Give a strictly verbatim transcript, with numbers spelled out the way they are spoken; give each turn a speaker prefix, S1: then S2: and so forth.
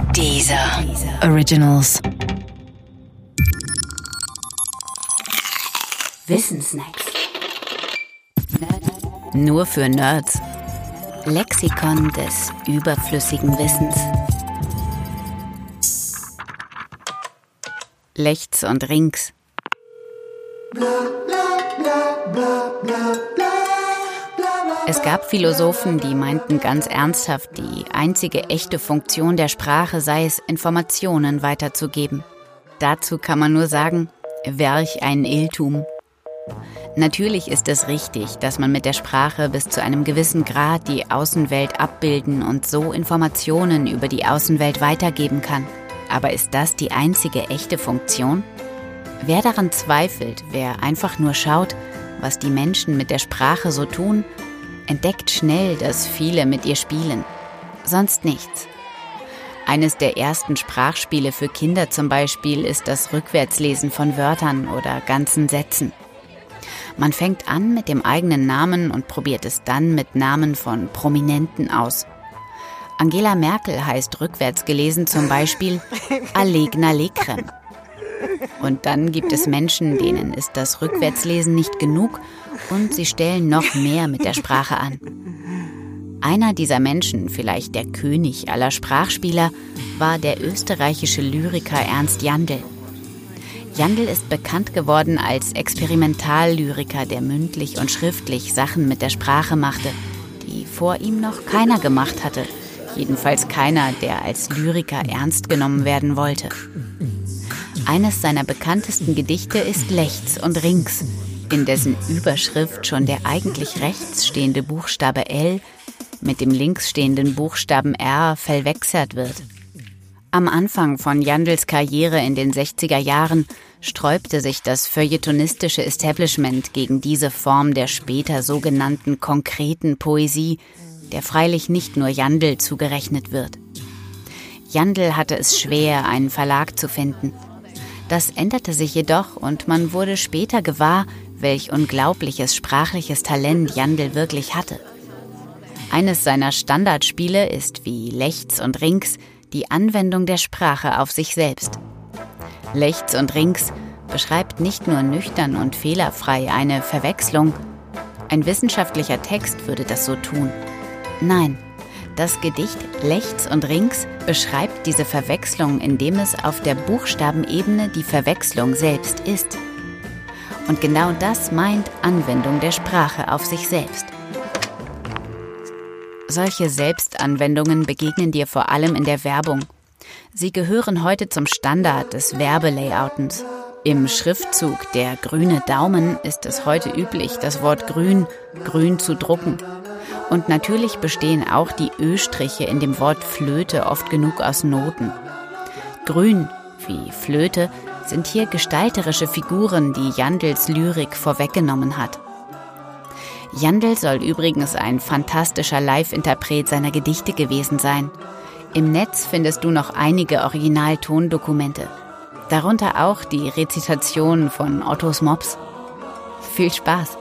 S1: Deezer Originals. Wissensnacks. Nur für Nerds. Lexikon des überflüssigen Wissens. Lechts und Rings. Es gab Philosophen, die meinten ganz ernsthaft, die einzige echte Funktion der Sprache sei es, Informationen weiterzugeben. Dazu kann man nur sagen, welch ein Irrtum. Natürlich ist es richtig, dass man mit der Sprache bis zu einem gewissen Grad die Außenwelt abbilden und so Informationen über die Außenwelt weitergeben kann. Aber ist das die einzige echte Funktion? Wer daran zweifelt, wer einfach nur schaut, was die Menschen mit der Sprache so tun, entdeckt schnell, dass viele mit ihr spielen. Sonst nichts. Eines der ersten Sprachspiele für Kinder zum Beispiel ist das Rückwärtslesen von Wörtern oder ganzen Sätzen. Man fängt an mit dem eigenen Namen und probiert es dann mit Namen von Prominenten aus. Angela Merkel heißt rückwärts gelesen zum Beispiel Alegna Lekrem. Und dann gibt es Menschen, denen ist das Rückwärtslesen nicht genug und sie stellen noch mehr mit der Sprache an. Einer dieser Menschen, vielleicht der König aller Sprachspieler, war der österreichische Lyriker Ernst Jandl. Jandl ist bekannt geworden als Experimentallyriker, der mündlich und schriftlich Sachen mit der Sprache machte, die vor ihm noch keiner gemacht hatte. Jedenfalls keiner, der als Lyriker ernst genommen werden wollte. Eines seiner bekanntesten Gedichte ist Lechts und Rings, in dessen Überschrift schon der eigentlich rechts stehende Buchstabe L mit dem links stehenden Buchstaben R verwechselt wird. Am Anfang von Jandls Karriere in den sechziger Jahren sträubte sich das feuilletonistische Establishment gegen diese Form der später sogenannten konkreten Poesie, der freilich nicht nur Jandl zugerechnet wird. Jandl hatte es schwer, einen Verlag zu finden. Das änderte sich jedoch und man wurde später gewahr, welch unglaubliches sprachliches Talent Jandl wirklich hatte. Eines seiner Standardspiele ist wie Lechts und Rings die Anwendung der Sprache auf sich selbst. Lechts und Rings beschreibt nicht nur nüchtern und fehlerfrei eine Verwechslung. Ein wissenschaftlicher Text würde das so tun. Nein, das Gedicht Lechts und Rings beschreibt diese Verwechslung, indem es auf der Buchstabenebene die Verwechslung selbst ist. Und genau das meint Anwendung der Sprache auf sich selbst. Solche Selbstanwendungen begegnen dir vor allem in der Werbung. Sie gehören heute zum Standard des Werbelayoutens. Im Schriftzug der grüne Daumen ist es heute üblich, das Wort grün, grün zu drucken. Und natürlich bestehen auch die Ö-Striche in dem Wort Flöte oft genug aus Noten. Grün, wie Flöte, sind hier gestalterische Figuren, die Jandls Lyrik vorweggenommen hat. Jandl soll übrigens ein fantastischer Live-Interpret seiner Gedichte gewesen sein. Im Netz findest du noch einige Original-Tondokumente. Darunter auch die Rezitation von Ottos Mops. Viel Spaß!